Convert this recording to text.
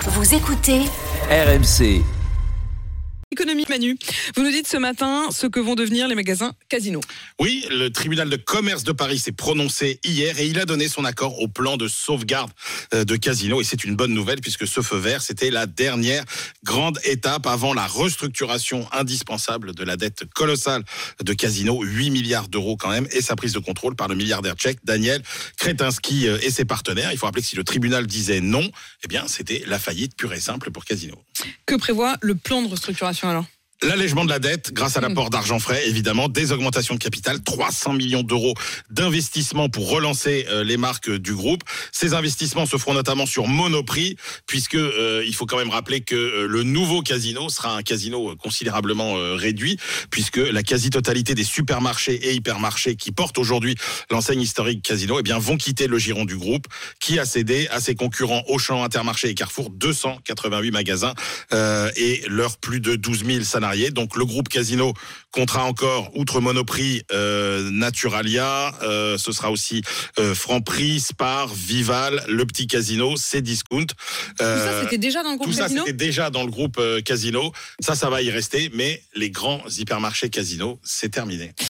Vous écoutez RMC. Économie Manu, vous nous dites ce matin ce que vont devenir les magasins Casino. Oui, le tribunal de commerce de Paris s'est prononcé hier et il a donné son accord au plan de sauvegarde de Casino. Et c'est une bonne nouvelle puisque ce feu vert, c'était la dernière grande étape avant la restructuration indispensable de la dette colossale de Casino, 8 milliards d'euros quand même, et sa prise de contrôle par le milliardaire tchèque Daniel Kretinsky et ses partenaires. Il faut rappeler que si le tribunal disait non, eh bien c'était la faillite pure et simple pour Casino. Que prévoit le plan de restructuration alors ? L'allègement de la dette grâce à l'apport d'argent frais, évidemment, des augmentations de capital, 300 millions d'euros d'investissement pour relancer les marques du groupe. Ces investissements se feront notamment sur Monoprix, puisque il faut quand même rappeler que le nouveau Casino sera un casino considérablement réduit, puisque la quasi-totalité des supermarchés et hypermarchés qui portent aujourd'hui l'enseigne historique Casino, eh bien, vont quitter le giron du groupe, qui a cédé à ses concurrents Auchan, Intermarché et Carrefour 288 magasins et leurs plus de 12 000 salariés. Donc le groupe Casino comptera encore, outre Monoprix, Naturalia, ce sera aussi Franprix, Spar, Vival, le petit Casino, Cdiscount. Tout ça, c'était déjà dans le groupe Tout ça, Casino ? c'était déjà dans le groupe Casino. Ça va y rester, mais les grands hypermarchés Casino, c'est terminé.